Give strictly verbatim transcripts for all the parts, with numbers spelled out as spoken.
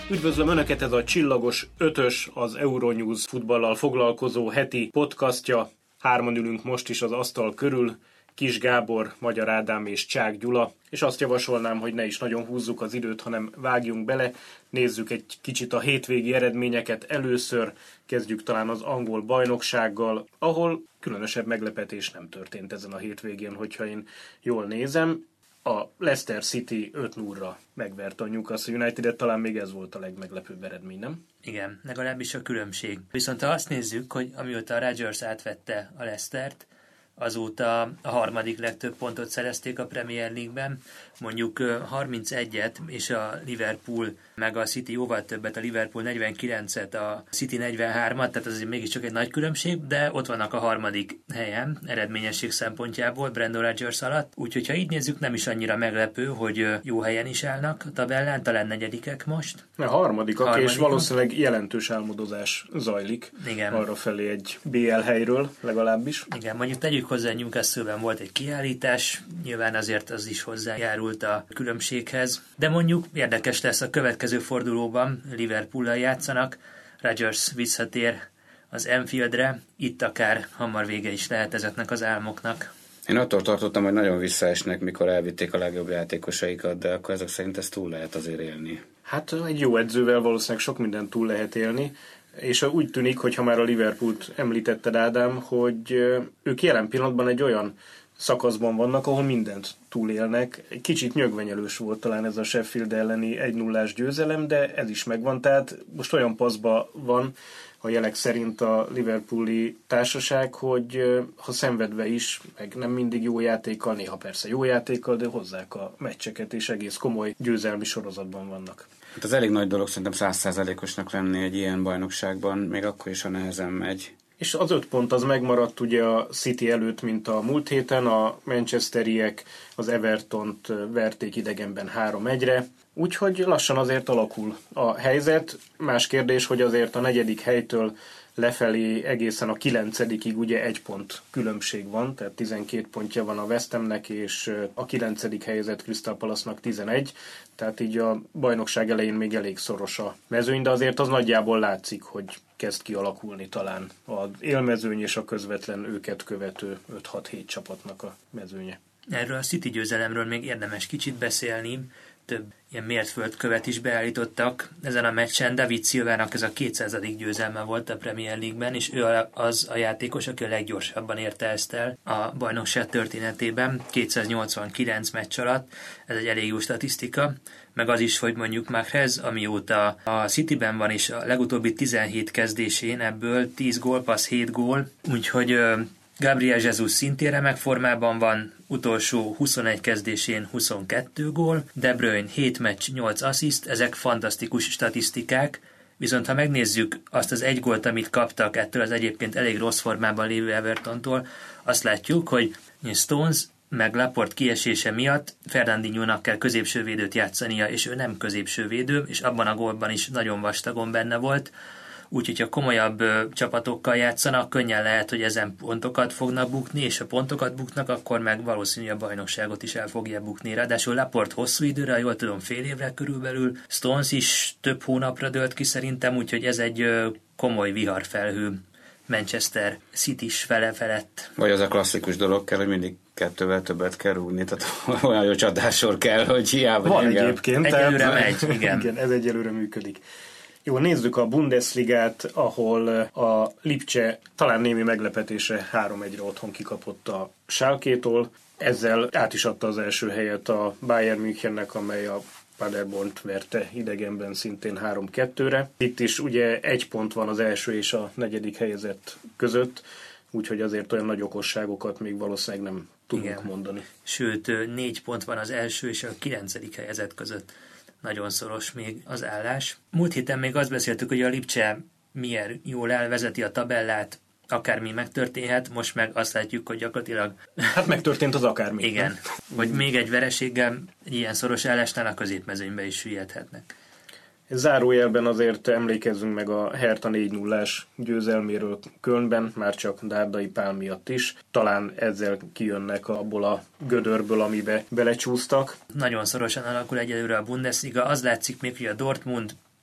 Üdvözlöm Önöket, ez a Csillagos Ötös, az Euronews futballal foglalkozó heti podcastja. Hárman ülünk most is az asztal körül, Kis Gábor, Magyar Ádám és Csák Gyula, és azt javasolnám, hogy ne is nagyon húzzuk az időt, hanem vágjunk bele, nézzük egy kicsit a hétvégi eredményeket először, kezdjük talán az angol bajnoksággal, ahol különösebb meglepetés nem történt ezen a hétvégén, hogyha én jól nézem. A Leicester City öt nullra megverte a Newcastle United-et, talán még ez volt a legmeglepőbb eredmény, nem? Igen, legalábbis a különbség. Viszont ha azt nézzük, hogy amióta a Rodgers átvette a Leicestert, azóta a harmadik legtöbb pontot szerezték a Premier League-ben, mondjuk harmincegyet, és a Liverpool meg a City jóval többet, a Liverpool negyvenkilencet, a City negyvenhármat, tehát az mégiscsak egy nagy különbség, de ott vannak a harmadik helyen eredményesség szempontjából Brendan Rodgers alatt, úgyhogy ha így nézzük, nem is annyira meglepő, hogy jó helyen is állnak a tabellán, talán negyedikek most. A harmadikak, harmadikak. És valószínűleg jelentős álmodozás zajlik. Igen. Arra felé egy bé el helyről legalábbis. Igen, mondjuk tegyük hozzá, Newcastle-ben volt egy kiállítás, nyilván azért az is hozzájárult a különbséghez, de mondjuk érdekes lesz a következő fordulóban, Liverpool-lal játszanak, Rodgers visszatér az Anfieldre, itt akár hamar vége is lehet ezeknek az álmoknak. Én attól tartottam, hogy nagyon visszaesnek, mikor elvitték a legjobb játékosaikat, de akkor ezek szerint ezt túl lehet azért élni. Hát egy jó edzővel valószínűleg sok mindent túl lehet élni, és úgy tűnik, hogy ha már a Liverpoolt említetted, Ádám, hogy ők jelen pillanatban egy olyan szakaszban vannak, ahol mindent túlélnek. Egy kicsit nyögvenyelős volt talán ez a Sheffield elleni egy nullás győzelem, de ez is megvan, tehát most olyan paszba van a jelek szerint a liverpooli társaság, hogy ha szenvedve is, meg nem mindig jó játékkal, néha persze jó játékkal, de hozzák a meccseket, és egész komoly győzelmi sorozatban vannak. Hát az elég nagy dolog szerintem száz százalékosnak lenni egy ilyen bajnokságban, még akkor is, ha nehezen megy. És az öt pont az megmaradt ugye a City előtt, mint a múlt héten, a manchesteriek az Evertont verték idegenben három egyre, úgyhogy lassan azért alakul a helyzet. Más kérdés, hogy azért a negyedik helytől lefelé egészen a kilencedikig ugye egy pont különbség van, tehát tizenkét pontja van a West Hamnek, és a kilencedik helyezett Crystal Palace-nak tizenegy, tehát így a bajnokság elején még elég szoros a mezőny, de azért az nagyjából látszik, hogy kezd kialakulni talán az élmezőny és a közvetlen őket követő öt hat hét csapatnak a mezőnye. Erről a City győzelemről még érdemes kicsit beszélni, több ilyen mértföldkövet is beállítottak ezen a meccsen. David Silvának ez a kétszázadik győzelme volt a Premier League-ben, és ő az a játékos, aki a leggyorsabban érte ezt el a bajnokság történetében, kétszáznyolcvankilenc meccs alatt. Ez egy elég jó statisztika, meg az is, hogy mondjuk Mahrez, amióta a Cityben van, és a legutóbbi tizenhét kezdésén ebből tíz gól, passz hét gól, úgyhogy Gabriel Jesus szintén remek formában van, utolsó huszonegy kezdésén huszonkettő gól, De Bruyne hét meccs, nyolc assziszt, ezek fantasztikus statisztikák, viszont ha megnézzük azt az egy gólt, amit kaptak ettől az egyébként elég rossz formában lévő Evertontól, azt látjuk, hogy Stones meg Laporte kiesése miatt Fernandinho-nak kell középsővédőt játszania, és ő nem középsővédő, és abban a gólban is nagyon vastagon benne volt. Úgyhogy ha komolyabb ö, csapatokkal játszanak, könnyen lehet, hogy ezen pontokat fognak bukni, és ha pontokat buknak, akkor meg valószínű a bajnokságot is el fogja bukni. Ráadásul Laporte hosszú időre, jól tudom, fél évre körülbelül, Stones is több hónapra dőlt ki szerintem, úgyhogy ez egy ö, komoly viharfelhő Manchester City-s fele felett. Vagy az a klasszikus dolog kell, hogy mindig kettővel többet kell rúgni, tehát olyan jó csatásor kell, hogy hiába. Van engem. Egyébként. Egyelőre megy, igen. igen. Ez egyelőre működik. Jó, nézzük a Bundesligát, ahol a Lipcse talán némi meglepetésre három egyre otthon kikapott a Schalkétól. Ezzel át is adta az első helyet a Bayern Münchennek, amely a Paderbornt verte idegenben szintén három kettőre. Itt is ugye egy pont van az első és a negyedik helyezett között, úgyhogy azért olyan nagy okosságokat még valószínűleg nem tudunk Igen. mondani. Sőt, négy pont van az első és a kilencedik helyezett között. Nagyon szoros még az állás. Múlt héten még azt beszéltük, hogy a Lipcse milyen jól elvezeti a tabellát, akármi megtörténhet, most meg azt látjuk, hogy gyakorlatilag... Hát megtörtént az akármi. Igen, hogy még egy vereséggel egy ilyen szoros állásnál a középmezőnybe is süllyedhetnek. Zárójelben azért emlékezzünk meg a Hertha négy nullás győzelméről Kölnben, már csak Dárdai Pál miatt is. Talán ezzel kijönnek abból a gödörből, amibe belecsúsztak. Nagyon szorosan alakul egyelőre a Bundesliga. Az látszik még, hogy a Dortmund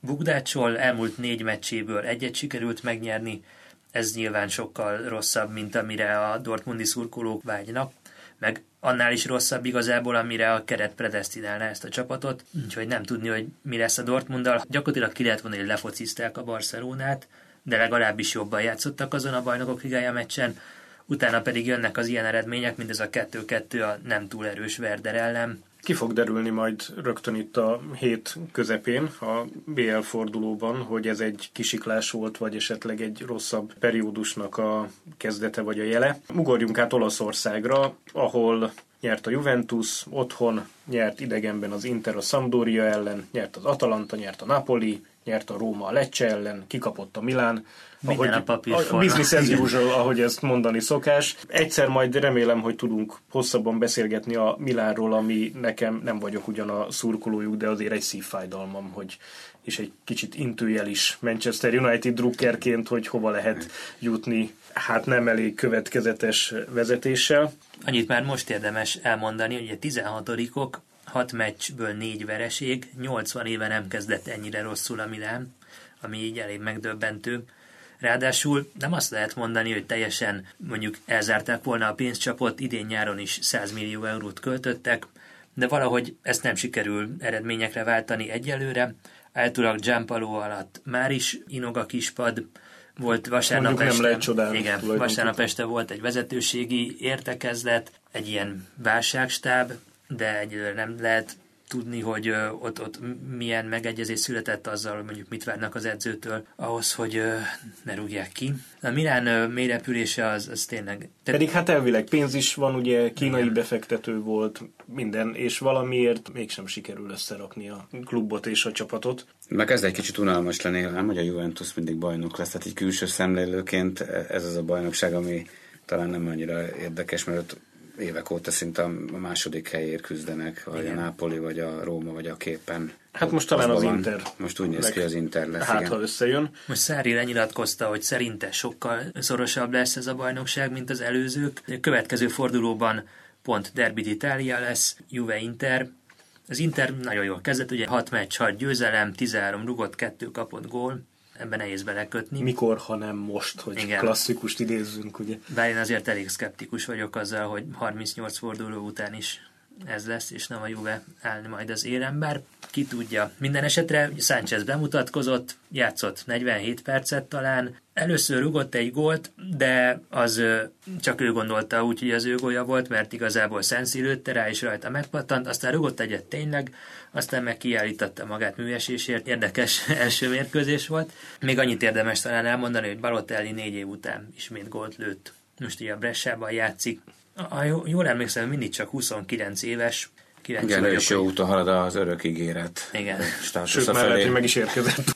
Bugdácsol elmúlt négy meccséből egyet sikerült megnyerni, ez nyilván sokkal rosszabb, mint amire a dortmundi szurkolók vágynak, meg annál is rosszabb igazából, amire a keret predesztinálná ezt a csapatot, úgyhogy nem tudni, hogy mi lesz a Dortmunddal. Gyakorlatilag ki lehet mondani, hogy lefocizták a Barcelonát, de legalábbis jobban játszottak azon a Bajnokok Ligája meccsen, utána pedig jönnek az ilyen eredmények, mint ez a kettő kettő a nem túl erős Werder ellen. Ki fog derülni majd rögtön itt a hét közepén, a bé el fordulóban, hogy ez egy kisiklás volt, vagy esetleg egy rosszabb periódusnak a kezdete vagy a jele. Ugorjunk át Olaszországra, ahol nyert a Juventus, otthon nyert idegenben az Inter a Sampdoria ellen, nyert az Atalanta, nyert a Napoli, nyert a Róma a Lecce ellen, kikapott a Milán. Minden ahogy, a papír a business as usual, ahogy ezt mondani szokás. Egyszer majd remélem, hogy tudunk hosszabban beszélgetni a Milánról, ami nekem nem vagyok ugyan a szurkolójuk, de azért egy szívfájdalmam, hogy és egy kicsit intőjel is Manchester United drukkerként, hogy hova lehet jutni, hát nem elég következetes vezetéssel. Annyit már most érdemes elmondani, hogy a tizenhatodikok, hat meccsből négy vereség, nyolcvan éve nem kezdett ennyire rosszul a Milán, ami így elég megdöbbentő. Ráadásul nem azt lehet mondani, hogy teljesen mondjuk elzárták volna a pénzcsapot, idén nyáron is száz millió eurót költöttek, de valahogy ezt nem sikerül eredményekre váltani egyelőre. Általában Giampaolo alatt már is inog a kispad, volt vasárnap Mondjuk este, nem lehet csodálni, igen, vasárnap este volt egy vezetőségi értekezlet, egy ilyen válságstáb, de egyelőre nem lehet tudni, hogy ö, ott, ott milyen megegyezés született azzal, hogy mondjuk mit várnak az edzőtől ahhoz, hogy ö, ne rúgják ki. A Milán ö, mélyrepülése az, az tényleg... Te... Pedig hát elvileg pénz is van, ugye kínai Igen. befektető volt, minden, és valamiért mégsem sikerül összerakni a klubot és a csapatot. Meg kezd egy kicsit unalmas lenni, nem, hogy a Juventus mindig bajnok lesz, tehát egy külső szemlélőként ez az a bajnokság, ami talán nem annyira érdekes, mert évek óta szinte a második helyért küzdenek, vagy igen. a Napoli, vagy a Róma, vagy a Képen. Hát most talán az Inter. Most úgy néz ki, az Inter lesz. Hát, igen. ha összejön. Most Sarri lenyilatkozta, hogy szerinte sokkal szorosabb lesz ez a bajnokság, mint az előzők. A következő fordulóban pont Derby d'Italia lesz, Juve-Inter. Az Inter nagyon jól kezdett, ugye hat meccs, hat győzelem, tizenhárom rugott, kettő kapott gól. Ebben nehéz belekötni. Mikor, ha nem most, hogy igen. klasszikust idézzünk, ugye. Bár én azért elég szkeptikus vagyok azzal, hogy harmincnyolc forduló után is ez lesz, és nem a Juve állni majd az élen, bár ki tudja. Minden esetre Sánchez bemutatkozott, játszott negyvenhét percet talán, először rugott egy gólt, de az csak ő gondolta úgy, hogy az ő gólja volt, mert igazából Sensi lőtte rá, és rajta megpattant, aztán rugott egyet tényleg, aztán meg kiállította magát műesésért, érdekes első mérkőzés volt. Még annyit érdemes talán elmondani, hogy Balotelli négy év után ismét gólt lőtt. Most ugye a Bressában játszik. A, jól emlékszem, mindig csak huszonkilenc éves. Igen, ő is jó úton halad az örök ígéret. Igen. Sőt, már lehet, hogy meg is érkezett.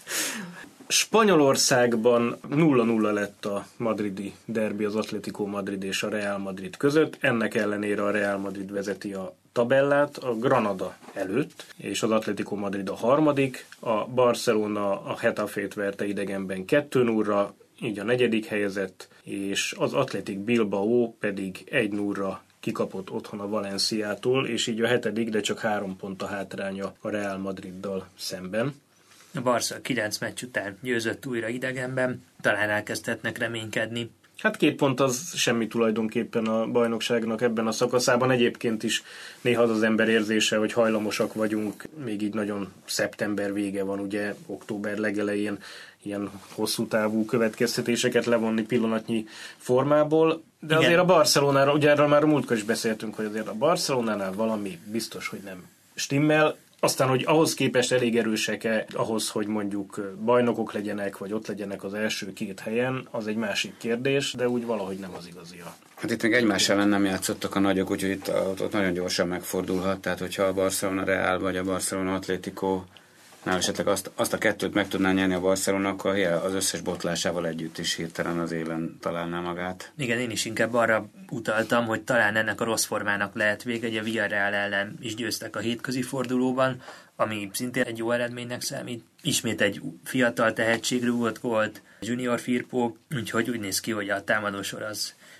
Spanyolországban nulla nulla lett a madridi derbi, az Atlético Madrid és a Real Madrid között. Ennek ellenére a Real Madrid vezeti a tabellát a Granada előtt, és az Atlético Madrid a harmadik. A Barcelona a Getafét verte idegenben kettő nulla, így a negyedik helyezett, és az Athletic Bilbao pedig egy nulla kikapott otthon a Valenciától, és így a hetedik, de csak három pont a hátránya a Real Madriddal szemben. A Barca kilenc meccs után győzött újra idegenben, talán elkezdhetnek reménykedni. Hát két pont az semmi tulajdonképpen a bajnokságnak ebben a szakaszában. Egyébként is néha az az ember érzése, hogy hajlamosak vagyunk, még így nagyon szeptember vége van, ugye október legelején ilyen hosszú távú következtetéseket levonni pillanatnyi formából. De igen. Azért a Barcelonára, ugye erről már a múltkor is beszéltünk, hogy azért a Barcelonánál valami biztos, hogy nem stimmel. Aztán, hogy ahhoz képest elég erősek-e, ahhoz, hogy mondjuk bajnokok legyenek, vagy ott legyenek az első két helyen, az egy másik kérdés, de úgy valahogy nem az igazia. Hát itt még egymás ellen nem játszottak a nagyok, úgyhogy itt ott nagyon gyorsan megfordulhat, tehát hogyha a Barcelona Real vagy a Barcelona Atlético nál esetleg azt, azt a kettőt meg tudná nyerni a Barcelona, akkor az összes botlásával együtt is hirtelen az élen találná magát. Igen, én is inkább arra utaltam, hogy talán ennek a rossz formának lehet vége, hogy a Villarreal ellen is győztek a hétközi fordulóban, ami szintén egy jó eredménynek számít. Ismét egy fiatal tehetségrúgott volt, Junior Firpo, úgyhogy úgy néz ki, hogy a támadósor az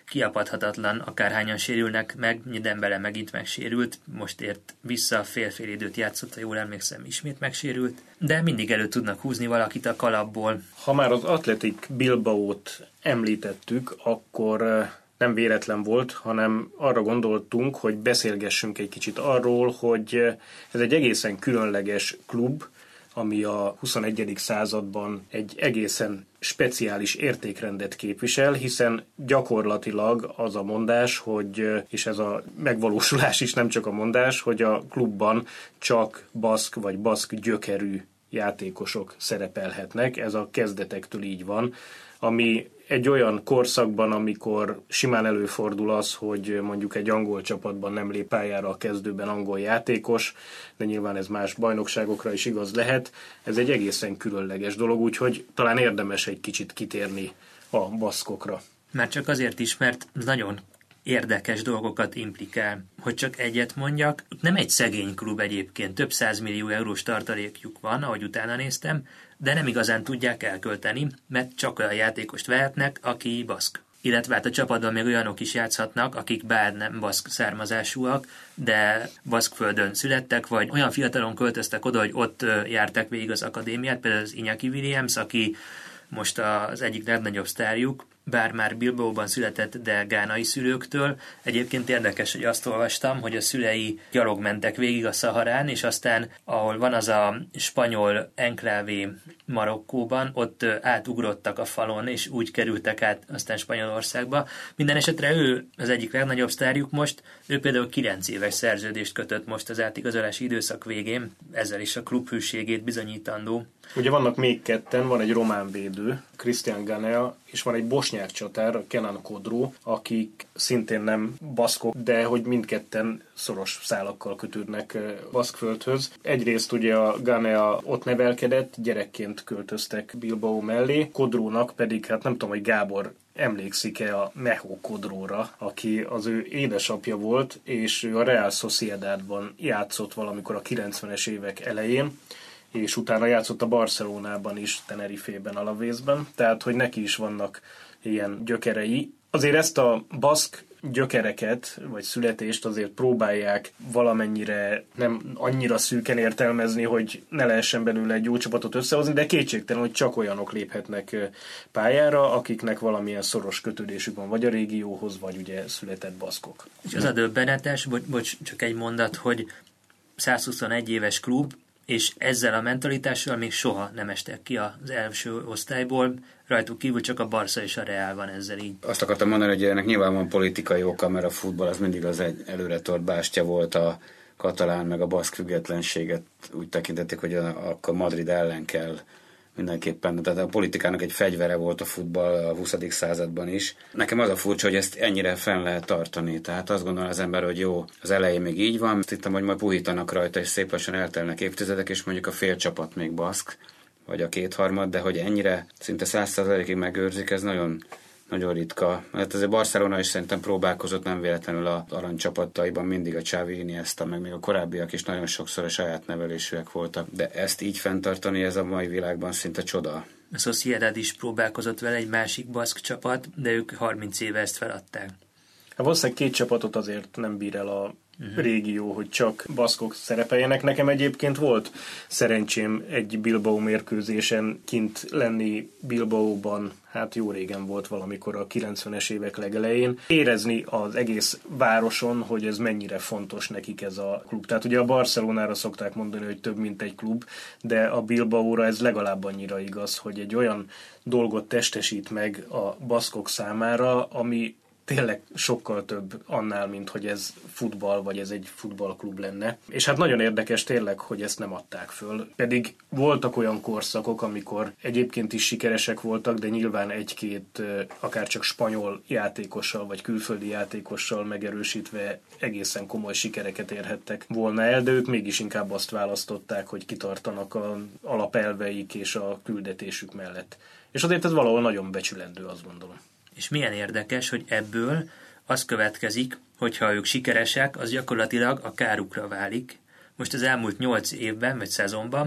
kiapadhatatlan, akárhányan sérülnek meg, Dembele megint megsérült, most ért vissza, fél-fél időt játszott, ha jól emlékszem, ismét megsérült, de mindig elő tudnak húzni valakit a kalapból. Ha már az Athletic Bilbaót említettük, akkor nem véletlen volt, hanem arra gondoltunk, hogy beszélgessünk egy kicsit arról, hogy ez egy egészen különleges klub, ami a huszonegyedik században egy egészen speciális értékrendet képvisel, hiszen gyakorlatilag az a mondás, hogy, és ez a megvalósulás is nem csak a mondás, hogy a klubban csak baszk vagy baszk gyökerű játékosok szerepelhetnek, ez a kezdetektől így van, ami egy olyan korszakban, amikor simán előfordul az, hogy mondjuk egy angol csapatban nem lép pályára a kezdőben angol játékos, de nyilván ez más bajnokságokra is igaz lehet, ez egy egészen különleges dolog, úgyhogy talán érdemes egy kicsit kitérni a baszkokra. Már csak azért is, mert nagyon érdekes dolgokat implikál. Hogy csak egyet mondjak, nem egy szegény klub egyébként, több százmillió eurós tartalékjuk van, ahogy utána néztem, de nem igazán tudják elkölteni, mert csak olyan játékost vehetnek, aki baszk. Illetve hát a csapatban még olyanok is játszhatnak, akik bár nem baszk származásúak, de baszkföldön születtek, vagy olyan fiatalon költöztek oda, hogy ott járták végig az akadémiát, például az Iñaki Williams, aki most az egyik legnagyobb sztárjuk, bár már Bilbaóban született, de gánai szülőktől. Egyébként érdekes, hogy azt olvastam, hogy a szülei gyalog mentek végig a Szaharán, és aztán, ahol van az a spanyol enklávé Marokkóban, ott átugrottak a falon, és úgy kerültek át aztán Spanyolországba. Minden esetre ő az egyik legnagyobb sztárjuk most, ő például kilenc éves szerződést kötött most az átigazolási időszak végén, ezzel is a klub hűségét bizonyítandó. Ugye vannak még ketten, van egy román védő, Cristian Ganea, és van egy bosnyák csatár, Kenan Kodró, akik szintén nem baszkok, de hogy mindketten szoros szálakkal kötődnek Baszkföldhöz. Egyrészt ugye a Ganea ott nevelkedett, gyerekként költöztek Bilbao mellé, Kodrónak pedig, hát nem tudom, hogy Gábor emlékszik-e a Mejo Kodróra, aki az ő édesapja volt, és ő a Real Sociedadban játszott valamikor a kilencvenes évek elején, és utána játszott a Barcelonában is, Tenerifében, Alavésben, tehát hogy neki is vannak ilyen gyökerei. Azért ezt a baszk gyökereket, vagy születést azért próbálják valamennyire nem annyira szűken értelmezni, hogy ne lehessen belőle egy jó csapatot összehozni, de kétségtelen, hogy csak olyanok léphetnek pályára, akiknek valamilyen szoros kötődésük van, vagy a régióhoz, vagy ugye született baszkok. És az a döbbenetes, bocs, bocs, csak egy mondat, hogy százhuszonegy éves klub, és ezzel a mentalitással még soha nem estek ki az első osztályból, rajtuk kívül csak a Barca és a Real van ezzel így. Azt akartam mondani, hogy ennek nyilván van politikai oka, mert a futball az mindig az egy előretört bástya volt, a katalán meg a baszk függetlenséget úgy tekintették, hogy akkor Madrid ellen kell mindenképpen. Tehát a politikának egy fegyvere volt a futball a huszadik században is. Nekem az a furcsa, hogy ezt ennyire fenn lehet tartani. Tehát azt gondolom az ember, hogy jó, az elején még így van, azt hittem, hogy majd puhítanak rajta, és szép lassan eltelnek évtizedek, és mondjuk a fél csapat még baszk, vagy a kétharmad, de hogy ennyire szinte száz százalékig megőrzik, ez nagyon, nagyon ritka. Hát azért Barcelona is szerintem próbálkozott, nem véletlenül az aranycsapataiban mindig a Xavi, Iniesta, meg még a korábbiak is nagyon sokszor a saját nevelésűek voltak. De ezt így fenntartani, ez a mai világban szinte csoda. A Sociedad is próbálkozott vele, egy másik baszk csapat, de ők harminc éve ezt feladták. Hát valószínűleg két csapatot azért nem bír el a uh-huh. régió, hogy csak baszkok szerepeljenek. Nekem egyébként volt szerencsém egy Bilbao mérkőzésen kint lenni Bilbaóban, hát jó régen volt valamikor a kilencvenes évek legelején. Érezni az egész városon, hogy ez mennyire fontos nekik ez a klub. Tehát ugye a Barcelonára szokták mondani, hogy több mint egy klub, de a Bilbaóra ez legalább annyira igaz, hogy egy olyan dolgot testesít meg a baszkok számára, ami tényleg sokkal több annál, mint hogy ez futball, vagy ez egy futballklub lenne. És hát nagyon érdekes tényleg, hogy ezt nem adták föl. Pedig voltak olyan korszakok, amikor egyébként is sikeresek voltak, de nyilván egy-két akár csak spanyol játékossal, vagy külföldi játékossal megerősítve egészen komoly sikereket érhettek volna el, de ők mégis inkább azt választották, hogy kitartanak az alapelveik és a küldetésük mellett. És azért ez valahol nagyon becsülendő, azt gondolom. És milyen érdekes, hogy ebből az következik, hogyha ők sikeresek, az gyakorlatilag a kárukra válik. Most az elmúlt nyolc évben, vagy szezonban,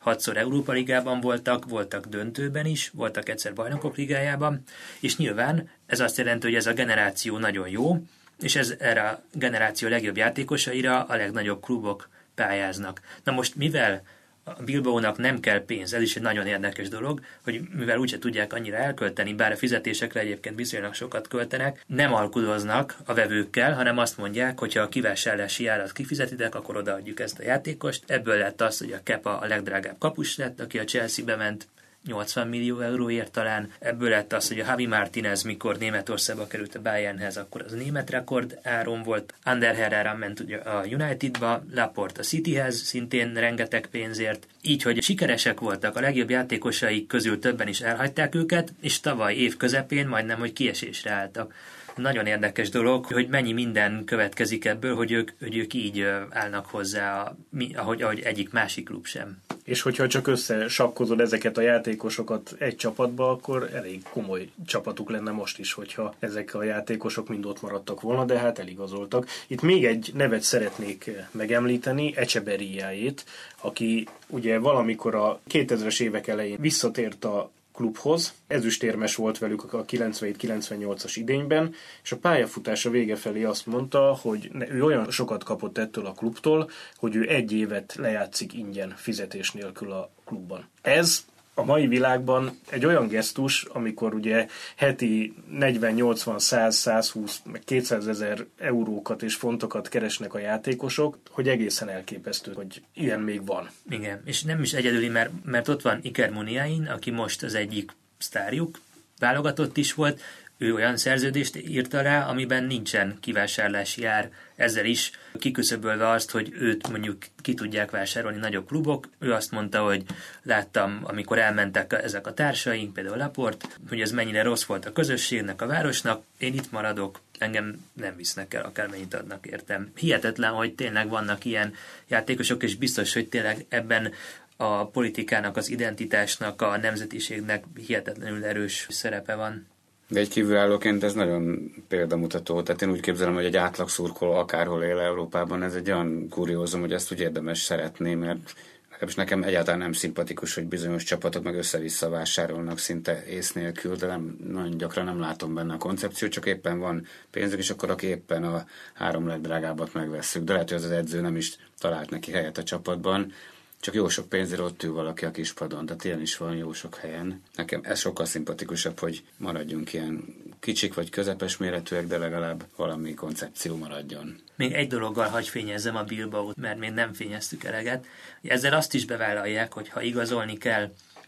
hatszor Európa Ligában voltak, voltak döntőben is, voltak egyszer Bajnokok Ligájában, és nyilván ez azt jelenti, hogy ez a generáció nagyon jó, és ez erre a generáció legjobb játékosaira a legnagyobb klubok pályáznak. Na most mivel a Bilbaónak nem kell pénz, ez is egy nagyon érdekes dolog, hogy mivel úgyse tudják annyira elkölteni, bár a fizetésekre egyébként viszonylag sokat költenek, nem alkudoznak a vevőkkel, hanem azt mondják, hogy ha a kivásárlási árat kifizetitek, akkor odaadjuk ezt a játékost. Ebből lett az, hogy a Kepa a legdrágább kapus lett, aki a Chelsea-be ment, nyolcvan millió euróért talán. Ebből lett az, hogy a Javi Martinez, mikor Németországba került a Bayernhez, akkor az német rekord áron volt. Ander Herrera ment ugye a Unitedba, Laporte a Cityhez, szintén rengeteg pénzért. Így, hogy sikeresek voltak, a legjobb játékosaik közül többen is elhagyták őket, és tavaly év közepén majdnem, hogy kiesésre álltak. Nagyon érdekes dolog, hogy mennyi minden következik ebből, hogy ők, hogy ők így állnak hozzá, ahogy, ahogy egyik másik klub sem. És hogyha csak összesakkozod ezeket a játékosokat egy csapatba, akkor elég komoly csapatuk lenne most is, hogyha ezek a játékosok mind ott maradtak volna, de hát eligazoltak. Itt még egy nevet szeretnék megemlíteni, Echeberriájét, aki ugye valamikor a kétezres évek elején visszatért a klubhoz, ezüstérmes volt velük a kilencvenhét kilencvennyolcas idényben, és a pályafutása vége felé azt mondta, hogy ő olyan sokat kapott ettől a klubtól, hogy ő egy évet lejátszik ingyen fizetés nélkül a klubban. Ez a mai világban egy olyan gesztus, amikor ugye heti negyven nyolcvan száz százhúsz meg kétszázezer eurókat és fontokat keresnek a játékosok, hogy egészen elképesztő, hogy ilyen még van. Igen, és nem is egyedüli, mert, mert ott van Iker Muniain, aki most az egyik sztárjuk, válogatott is volt, ő olyan szerződést írta rá, amiben nincsen kivásárlási ár, ezzel is kiküszöbölve azt, hogy őt mondjuk ki tudják vásárolni nagyobb klubok. Ő azt mondta, hogy láttam, amikor elmentek ezek a társaink, például Laporte, hogy ez mennyire rossz volt a közösségnek, a városnak, én itt maradok, engem nem visznek el, akármennyit adnak értem. Hihetetlen, hogy tényleg vannak ilyen játékosok, és biztos, hogy tényleg ebben a politikának, az identitásnak, a nemzetiségnek hihetetlenül erős szerepe van. De egy kívülállóként ez nagyon példamutató. Tehát én úgy képzelem, hogy egy átlag szurkoló akárhol él Európában, ez egy olyan kuriózum, hogy ezt úgy érdemes szeretni, mert legalábbis nekem egyáltalán nem szimpatikus, hogy bizonyos csapatok meg össze-vissza vásárolnak szinte ész nélkül, de nem, nagyon gyakran nem látom benne a koncepciót, csak éppen van pénzük, és akkor aki éppen a három legdrágábbat megvesszük. De lehet, hogy az az edző nem is talált neki helyet a csapatban, csak jó sok pénzért ott ül valaki a kispadon, tehát ilyen is van jó sok helyen. Nekem ez sokkal szimpatikusabb, hogy maradjunk ilyen kicsik vagy közepes méretűek, de legalább valami koncepció maradjon. Még egy dologgal hagy fényezzem a Bilbaót, mert még nem fényeztük eleget. Ezzel azt is bevállalják, hogy ha igazolni kell,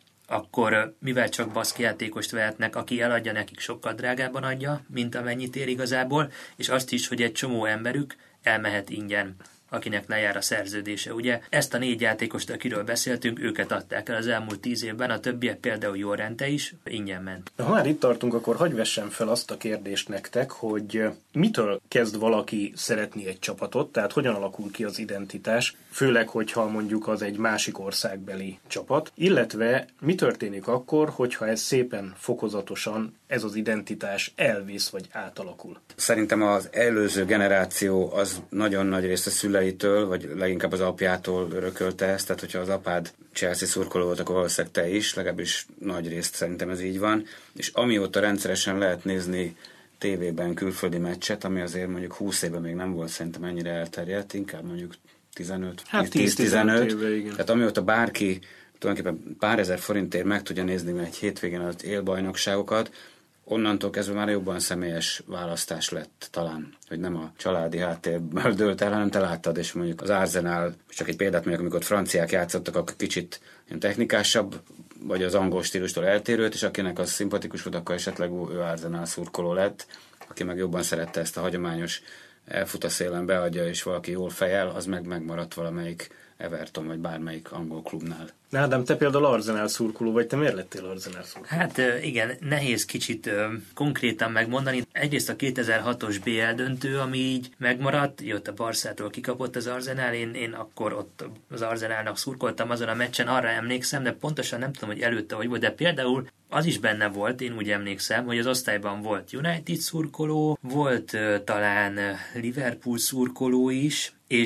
akkor mivel csak baszki játékost vehetnek, aki eladja, nekik sokkal drágában adja, mint amennyit ér igazából, és azt is, hogy egy csomó emberük elmehet ingyen, akinek lejár a szerződése. Ugye ezt a négy játékost, akiről beszéltünk, őket adták el az elmúlt tíz évben, a többiek például Llorente is ingyen ment. Ha már itt tartunk, akkor hagyj vessem fel azt a kérdést nektek, hogy mitől kezd valaki szeretni egy csapatot, tehát hogyan alakul ki az identitás, főleg, hogyha mondjuk az egy másik országbeli csapat, illetve mi történik akkor, hogyha ez szépen fokozatosan, ez az identitás elvész vagy átalakul? Szerintem az előző generáció az nagyon nagy részt a szüleitől, vagy leginkább az apjától örökölte ezt, tehát hogyha az apád Chelsea szurkoló volt, akkor valószínűleg te is, legalábbis nagy részt szerintem ez így van, és amióta rendszeresen lehet nézni tévében külföldi meccset, ami azért mondjuk húsz éve még nem volt szerintem ennyire elterjedt, inkább mondjuk tizenöt, hát tíz-tizenöt éve, igen. Tehát amióta bárki tulajdonképpen pár ezer forintért meg tudja nézni egy hétvégén az élbajnokságokat, onnantól kezdve már jobban személyes választás lett talán, hogy nem a családi háttérből dőlt el, hanem te láttad, és mondjuk az Arsenal, csak egy példát mondjuk, amikor franciák játszottak, akkor kicsit ilyen technikásabb, vagy az angol stílustól eltérőt, és akinek az szimpatikus volt, akkor esetleg ő Arsenal szurkoló lett, aki meg jobban szerette ezt a hagyományos elfut a szélen, beadja, és valaki jól fejel, az meg megmaradt valamelyik Everton, vagy bármelyik angol klubnál. Na, Ádám, te például Arsenal szurkoló vagy, te miért lettél Arsenal szurkoló? Hát igen, nehéz kicsit ö, konkrétan megmondani. Egyrészt a kétezer-hatos bé el döntő, ami így megmaradt, jött a Barszától, kikapott az Arsenal, én, én akkor ott az Arsenalnak szurkoltam azon a meccsen, arra emlékszem, de pontosan nem tudom, hogy előtte hogy volt, de például az is benne volt, én úgy emlékszem, hogy az osztályban volt United szurkoló, volt ö, talán Liverpool szurkoló is, és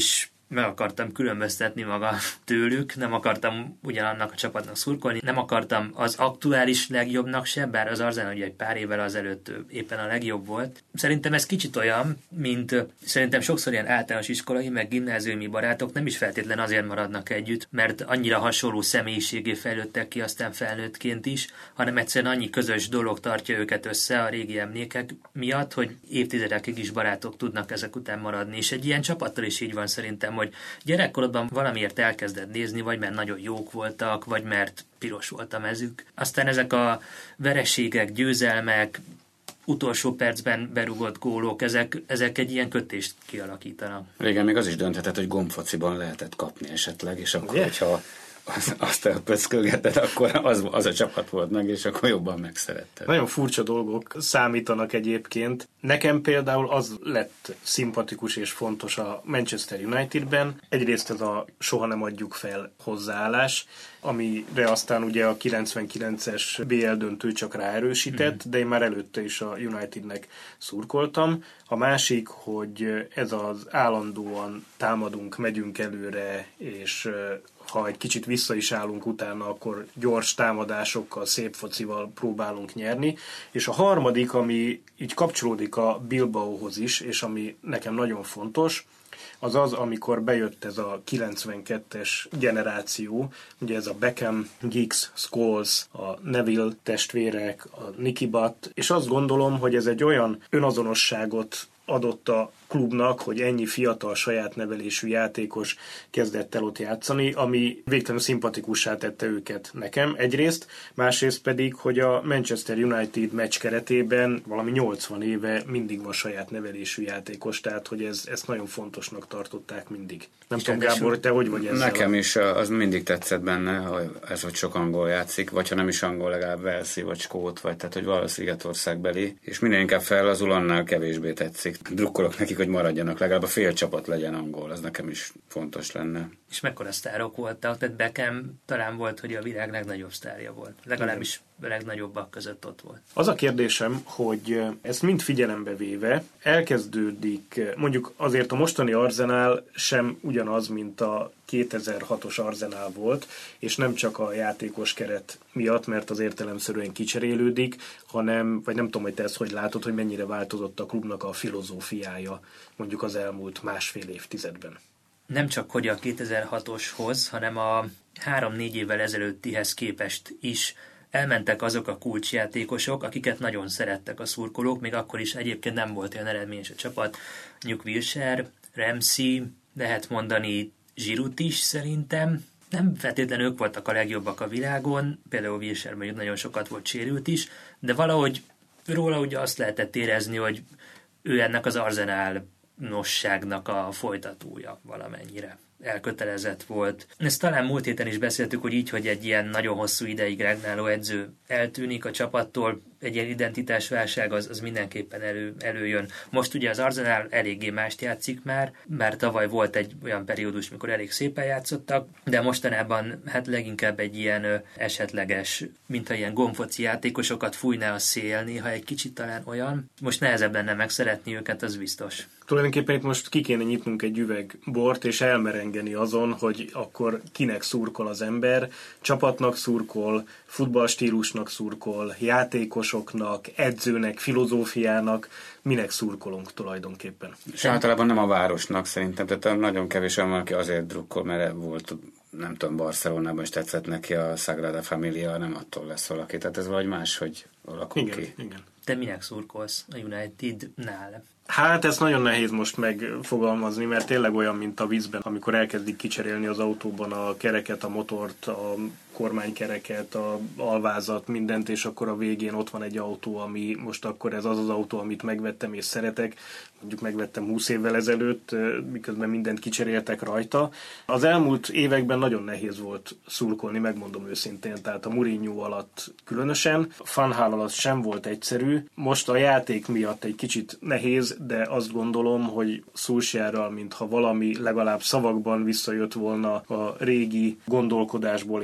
meg akartam különböztetni magam tőlük, nem akartam ugyanannak a csapatnak szurkolni, nem akartam az aktuális legjobbnak se, bár az Arsenal ugye egy pár évvel azelőtt éppen a legjobb volt. Szerintem ez kicsit olyan, mint szerintem sokszor ilyen általános iskolai, meg gimnáziumi barátok nem is feltétlen azért maradnak együtt, mert annyira hasonló személyiségé fejlődtek ki aztán felnőttként is, hanem egyszerűen annyi közös dolog tartja őket össze a régi emlékek miatt, hogy évtizedekig is barátok tudnak ezek után maradni. És egy ilyen csapattal is így van szerintem, hogy gyerekkorodban valamiért elkezded nézni, vagy mert nagyon jók voltak, vagy mert piros volt a mezük. Aztán ezek a vereségek, győzelmek, utolsó percben berúgott gólok, ezek, ezek egy ilyen kötést kialakítanak. Régen még az is dönthetett, hogy gombfociban lehetett kapni esetleg, és akkor, hogyha az, azt elpöckölgeted, akkor az, az a csapat volt meg, és akkor jobban megszeretted. Nagyon furcsa dolgok számítanak egyébként. Nekem például az lett szimpatikus és fontos a Manchester Unitedben. Egyrészt ez a soha nem adjuk fel hozzáállás, amire aztán ugye a kilencvenkilences bé el döntő csak ráerősített, mm. de én már előtte is a Unitednek szurkoltam. A másik, hogy ez az állandóan támadunk, megyünk előre, és ha egy kicsit vissza is állunk utána, akkor gyors támadásokkal, szép focival próbálunk nyerni. És a harmadik, ami így kapcsolódik a Bilbaóhoz is, és ami nekem nagyon fontos, az az, amikor bejött ez a kilencvenkettes generáció, ugye ez a Beckham, Giggs, Scholes, a Neville testvérek, a Nicky Butt, és azt gondolom, hogy ez egy olyan önazonosságot adott a klubnak, hogy ennyi fiatal, saját nevelésű játékos kezdett el ott játszani, ami végtelenül szimpatikussá tette őket nekem egyrészt, másrészt pedig, hogy a Manchester United meccs keretében valami nyolcvan éve mindig van saját nevelésű játékos, tehát hogy ez, ezt nagyon fontosnak tartották mindig. Nem tudom, Gábor, te hogy vagy ezzel? Nekem is az mindig tetszett benne, hogy ez, hogy sok angol játszik, vagy ha nem is angol, legalább Velszi, vagy skót, vagy tehát, hogy valami Szigetországbeli, és minél inkább felazul, annál kevésbé tetszik. Drukkolok nekik, hogy maradjanak, legalább a fél csapat legyen angol, az nekem is fontos lenne. És mekkora sztárok voltak, tehát Beckham talán volt, hogy a világ legnagyobb sztárja volt. Legalábbis a legnagyobbak között ott volt. Az a kérdésem, hogy ezt mind figyelembe véve elkezdődik, mondjuk azért a mostani Arsenal sem ugyanaz, mint a kétezer-hatos Arsenal volt, és nem csak a játékos keret miatt, mert az értelemszerűen kicserélődik, hanem, vagy nem tudom, hogy te ezt hogy látod, hogy mennyire változott a klubnak a filozófiája mondjuk az elmúlt másfél évtizedben. Nem csak hogy a kétezer-hatoshoz, hanem a három-négy évvel ezelőttihez képest is elmentek azok a kulcsjátékosok, akiket nagyon szerettek a szurkolók, még akkor is egyébként nem volt olyan eredményes a csapat. Nyug Wilshere, Ramsey, lehet mondani Giroud is szerintem. Nem feltétlenül ők voltak a legjobbak a világon, például Wilshere mondjuk nagyon sokat volt sérült is, de valahogy róla ugye azt lehetett érezni, hogy ő ennek az Arsenal-nosságnak a folytatója valamennyire. Elkötelezett volt. Ezt talán múlt héten is beszéltük, hogy így, hogy egy ilyen nagyon hosszú ideig regnáló edző eltűnik a csapattól, egy ilyen identitásválság az, az mindenképpen elő, előjön. Most ugye az Arsenal eléggé mást játszik már, bár tavaly volt egy olyan periódus, mikor elég szépen játszottak, de mostanában hát leginkább egy ilyen ö, esetleges, mintha ilyen gombfoci játékosokat fújná a szél, néha egy kicsit talán olyan. Most nehezebb lenne megszeretni őket, az biztos. Tulajdonképpen itt most ki kéne nyitnunk egy üveg bort, és elmerengeni azon, hogy akkor kinek szurkol az ember, csapatnak szurkol, futballstílusnak szurkol, játékosoknak, edzőnek, filozófiának, minek szurkolunk tulajdonképpen. És általában nem a városnak szerintem, tehát nagyon kevés olyan van, aki azért drukkol, mert volt, nem tudom, Barcelonában is tetszett neki a Sagrada Familia, nem attól lesz valaki, tehát ez valahogy máshogy alakul igen, ki. Igen. Te minek szurkolsz a Unitednál? Hát ez nagyon nehéz most megfogalmazni, mert tényleg olyan, mint a vízben, amikor elkezdik kicserélni az autóban a kereket, a motort, a kormánykereket, a alvázat, mindent, és akkor a végén ott van egy autó, ami most akkor ez az az autó, amit megvettem és szeretek, mondjuk megvettem húsz évvel ezelőtt, miközben mindent kicseréltek rajta. Az elmúlt években nagyon nehéz volt szurkolni, megmondom őszintén, tehát a Mourinho alatt különösen, Van Gaal alatt sem volt egyszerű. Most a játék miatt egy kicsit nehéz, de azt gondolom, hogy Solskjaerrel, mintha valami legalább szavakban visszajött volna a régi gondolkodásból és filozófiából,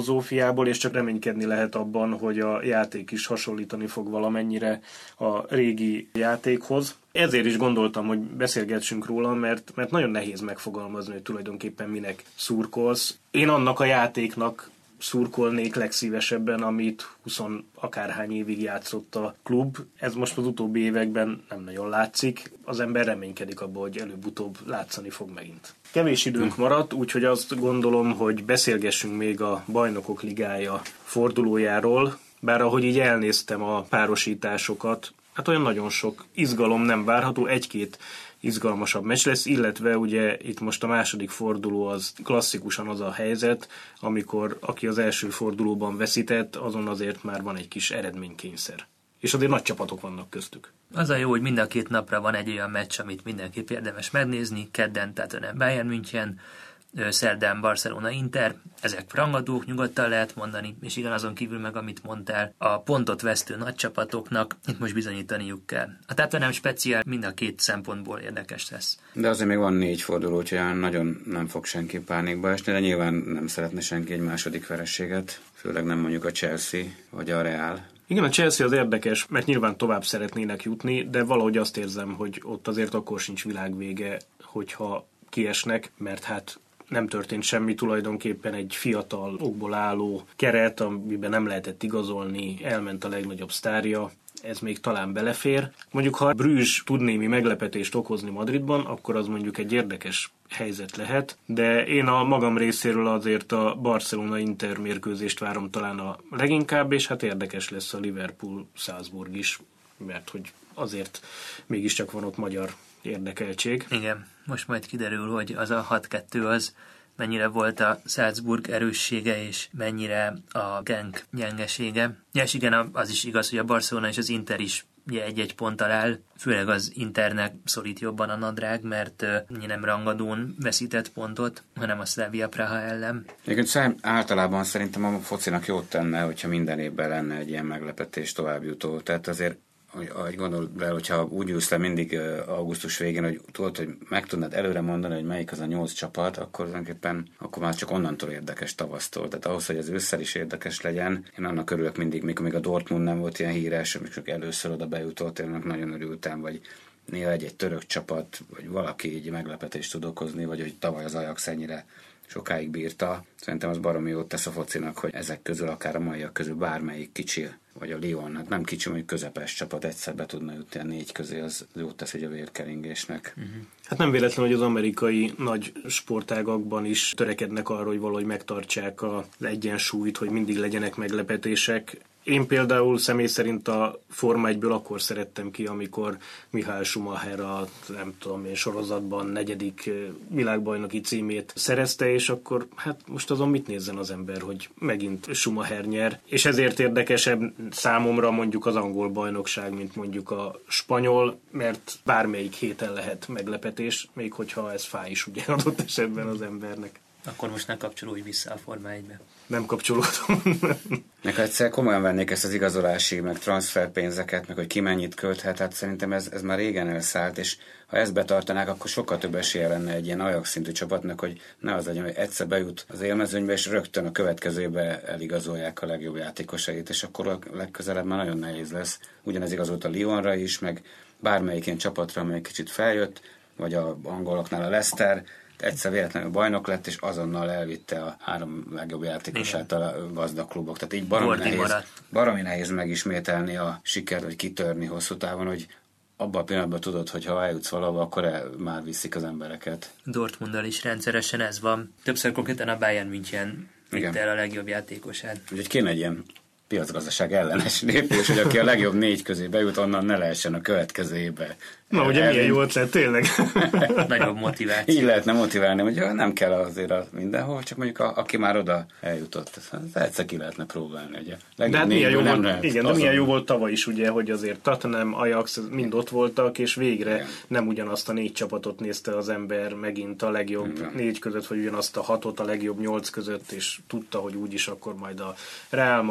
filozófiából, és csak reménykedni lehet abban, hogy a játék is hasonlítani fog valamennyire a régi játékhoz. Ezért is gondoltam, hogy beszélgessünk róla, mert, mert nagyon nehéz megfogalmazni, hogy tulajdonképpen minek szurkolsz. Én annak a játéknak szurkolnék legszívesebben, amit húsz akárhány évig játszott a klub. Ez most az utóbbi években nem nagyon látszik. Az ember reménykedik abban, hogy előbb-utóbb látszani fog megint. Kevés időnk maradt, úgyhogy azt gondolom, hogy beszélgessünk még a Bajnokok Ligája fordulójáról, bár ahogy így elnéztem a párosításokat, hát olyan nagyon sok izgalom nem várható, egy-két izgalmasabb meccs lesz, illetve ugye itt most a második forduló az klasszikusan az a helyzet, amikor aki az első fordulóban veszített, azon azért már van egy kis eredménykényszer. És azért nagy csapatok vannak köztük. Az a jó, hogy mind a két napra van egy olyan meccs, amit mindenképp érdemes megnézni, kedden Tottenham Bayern München, szerdán Barcelona Inter, ezek rangadók, nyugodtan lehet mondani, és igen, azon kívül meg, amit mondtál, a pontot vesztő nagy csapatoknak itt most bizonyítaniuk kell. A Tottenham speciál mind a két szempontból érdekes lesz. De azért még van négy forduló, úgyhogy nagyon nem fog senki pánikba esni, de nyilván nem szeretne senki egy második vereséget, főleg nem mondjuk a Chelsea vagy a Real. Igen, a Chelsea az érdekes, mert nyilván tovább szeretnének jutni, de valahogy azt érzem, hogy ott azért akkor sincs világvége, hogyha kiesnek, mert hát nem történt semmi, tulajdonképpen egy fiatal okból álló keret, amiben nem lehetett igazolni, elment a legnagyobb sztárja, ez még talán belefér. Mondjuk, ha Bruges tud némi meglepetést okozni Madridban, akkor az mondjuk egy érdekes helyzet lehet, de én a magam részéről azért a Barcelona-Inter mérkőzést várom talán a leginkább, és hát érdekes lesz a Liverpool-Salzburg is, mert hogy azért mégiscsak van ott magyar érdekeltség. Igen, most majd kiderül, hogy az a hat kettő az mennyire volt a Salzburg erőssége, és mennyire a Genk gyengesége. Ja, és igen, az is igaz, hogy a Barcelona és az Inter is egy-egy ponttal áll, főleg az Internek szorít jobban a nadrág, mert uh, nem rangadón veszített pontot, hanem a Slavia Praha ellen. Egyébként általában szerintem a focinak jót tenne, hogyha minden évben lenne egy ilyen meglepetés továbbjutó. Tehát azért ahogy gondolod le, hogyha úgy ülsz le mindig augusztus végén, hogy tudod, hogy meg tudnád előre mondani, hogy melyik az a nyolc csapat, akkor tulajdonképpen akkor már csak onnantól érdekes tavasztól. Tehát ahhoz, hogy az ősszel is érdekes legyen, én annak örülök mindig, mikor még a Dortmund nem volt ilyen híres, amikor csak először oda bejutott, én annak nagyon örültem, vagy néha egy-egy török csapat, vagy valaki így meglepetést tud okozni, vagy hogy tavaly az Ajax ennyire sokáig bírta. Szerintem az baromi jót tesz a focinak, hogy ezek közül, akár a maiak közül bármelyik kicsi, vagy a Lyon, hát nem kicsi, hogy közepes csapat egyszer be tudna jutni a négy közé, az jót tesz egy a vérkeringésnek. Uh-huh. Hát nem véletlen, hogy az amerikai nagy sportágakban is törekednek arra, hogy valahogy megtartsák az egyensúlyt, hogy mindig legyenek meglepetések. Én például személy szerint a Forma egyből akkor szerettem ki, amikor Michael Schumacher a nem tudom én sorozatban negyedik világbajnoki címét szerezte, és akkor hát most azon mit nézzen az ember, hogy megint Schumacher nyer. És ezért érdekesebb számomra mondjuk az angol bajnokság, mint mondjuk a spanyol, mert bármelyik héten lehet meglepetés, még hogyha ez fáj is ugye adott esetben az embernek. Akkor most ne kapcsolódj vissza a Forma egybe. Nem kapcsolódom. Meg ha egyszer komolyan vennék ezt az igazolási, meg transferpénzeket, meg hogy ki mennyit költhet, hát szerintem ez, ez már régen elszállt, és ha ezt betartanák, akkor sokkal több esélye lenne egy ilyen Ajax szintű csapatnak, hogy ne az legyen, hogy egyszer bejut az élmezőnybe, és rögtön a következőbe eligazolják a legjobb játékosait, és akkor a legközelebb már nagyon nehéz lesz. Ugyanez igazolt a Lyonra is, meg bármelyik ilyen csapatra, amely kicsit feljött, vagy a angoloknál a Leicester, egyszer véletlenül bajnok lett, és azonnal elvitte a három legjobb játékosát a gazdag klubok. Tehát így baromi nehéz, baromi nehéz megismételni a sikert, vagy kitörni hosszú távon, hogy abban a pillanatban tudod, hogy ha eljutsz valahova, akkor el, már viszik az embereket. Dortmunddal is rendszeresen ez van. Többször konkrétan a Bayern München vitte el a legjobb játékosát. Úgyhogy kéne egy ilyen piacgazdaság ellenes lépés, hogy aki a legjobb négy közé bejut, onnan ne lehessen a következő évbe. Na, ugye milyen jó ötlet, tényleg. Nagyobb motiváció. Így lehetne motiválni, hogy nem kell azért a mindenhol, csak mondjuk a, aki már oda eljutott, egyszer ki lehetne próbálni. Ugye. De hát milyen jó, volt, igen, de milyen jó volt tavaly is, ugye, hogy azért Tottenham, Ajax mind ott voltak, és végre igen. Nem ugyanazt a négy csapatot nézte az ember megint a legjobb igen. négy között, vagy ugyanazt a hatot a legjobb nyolc között, és tudta, hogy úgyis akkor majd a Real Madrid, vagy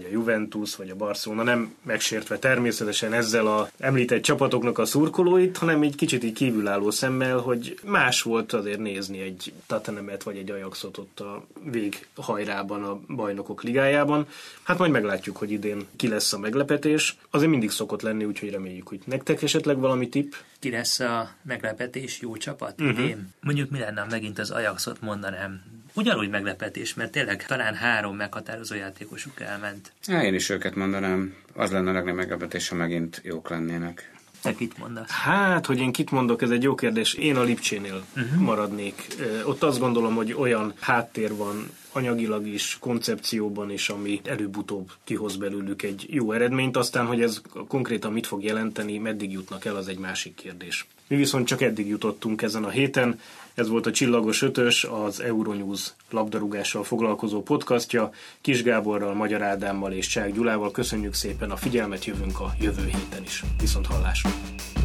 a Juventus, vagy a Barcelona, nem megsértve természetesen ezzel a említett csapatoknak a szurkolóit, hanem egy kicsit így kívülálló szemmel, hogy más volt azért nézni egy Tottenhamet vagy egy Ajaxot ott a véghajrában a Bajnokok Ligájában. Hát majd meglátjuk, hogy idén ki lesz a meglepetés. Azért mindig szokott lenni, úgyhogy reméljük, hogy nektek esetleg valami tipp? Ki lesz a meglepetés jó csapat? Uh-huh. Én mondjuk mi lenne, megint az Ajaxot mondanám. Ugyanúgy meglepetés, mert tényleg talán három meghatározó játékosuk elment. Ja, én is őket mondanám. Az lenne a legnagyobb meglepetés, ha megint jók lennének. Te kit mondasz? Hát, hogy én kit mondok, ez egy jó kérdés. Én a Lipcsénél uh-huh. maradnék. Ott azt gondolom, hogy olyan háttér van anyagilag is, koncepcióban is, ami előbb-utóbb kihoz belőlük egy jó eredményt. Aztán, hogy ez konkrétan mit fog jelenteni, meddig jutnak el, az egy másik kérdés. Mi viszont csak eddig jutottunk ezen a héten. Ez volt a Csillagos Ötös, az Euronews labdarúgással foglalkozó podcastja. Kis Gáborral, Magyar Ádámmal és Csák Gyulával köszönjük szépen a figyelmet, jövünk a jövő héten is. Viszont hallásra!